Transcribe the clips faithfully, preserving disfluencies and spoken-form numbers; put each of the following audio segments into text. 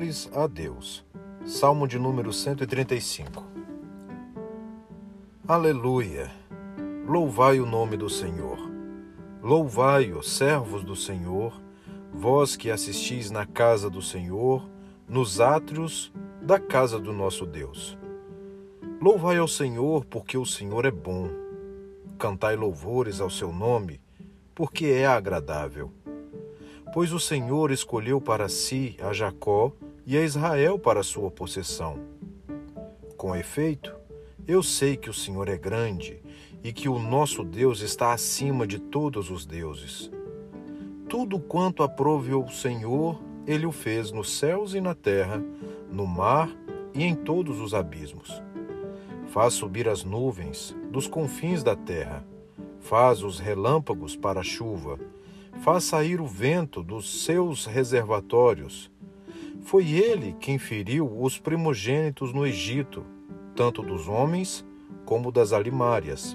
Louvores a Deus. Salmo de número cento e trinta e cinco. Aleluia! Louvai o nome do Senhor. Louvai-o, servos do Senhor, vós que assistis na casa do Senhor, nos átrios da casa do nosso Deus. Louvai ao Senhor, porque o Senhor é bom. Cantai louvores ao seu nome, porque é agradável. Pois o Senhor escolheu para si a Jacó e a Israel para sua possessão. Com efeito, eu sei que o Senhor é grande e que o nosso Deus está acima de todos os deuses. Tudo quanto aprove o Senhor, Ele o fez nos céus e na terra, no mar e em todos os abismos. Faz subir as nuvens dos confins da terra, faz os relâmpagos para a chuva, faz sair o vento dos seus reservatórios. Foi ele quem feriu os primogênitos no Egito, tanto dos homens como das alimárias.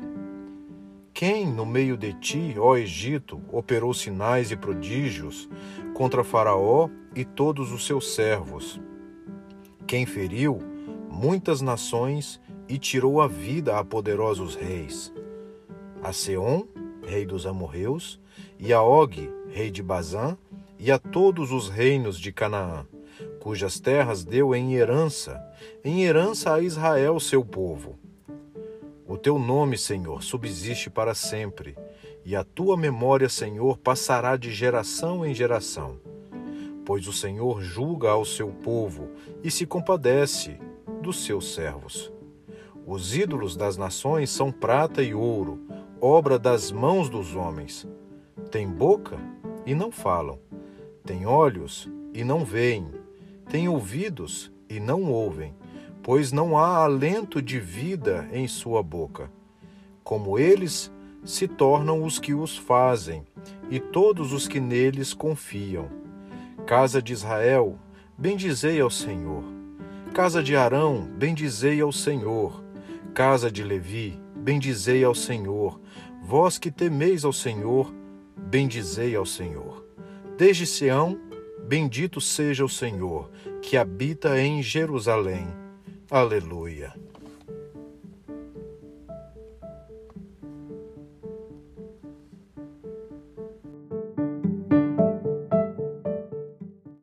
Quem, no meio de ti, ó Egito, operou sinais e prodígios contra Faraó e todos os seus servos? Quem feriu muitas nações e tirou a vida a poderosos reis? A Seom, rei dos amorreus, e a Og, rei de Bazã, e a todos os reinos de Canaã, cujas terras deu em herança, em herança a Israel, seu povo. O teu nome, Senhor, subsiste para sempre, e a tua memória, Senhor, passará de geração em geração. Pois o Senhor julga ao seu povo e se compadece dos seus servos. Os ídolos das nações são prata e ouro, obra das mãos dos homens. Têm boca e não falam, têm olhos e não veem, têm ouvidos e não ouvem, pois não há alento de vida em sua boca. Como eles se tornam os que os fazem, e todos os que neles confiam. Casa de Israel, bendizei ao Senhor. Casa de Arão, bendizei ao Senhor. Casa de Levi, bendizei ao Senhor. Vós que temeis ao Senhor, bendizei ao Senhor. Desde Sião, bendito seja o Senhor, que habita em Jerusalém. Aleluia.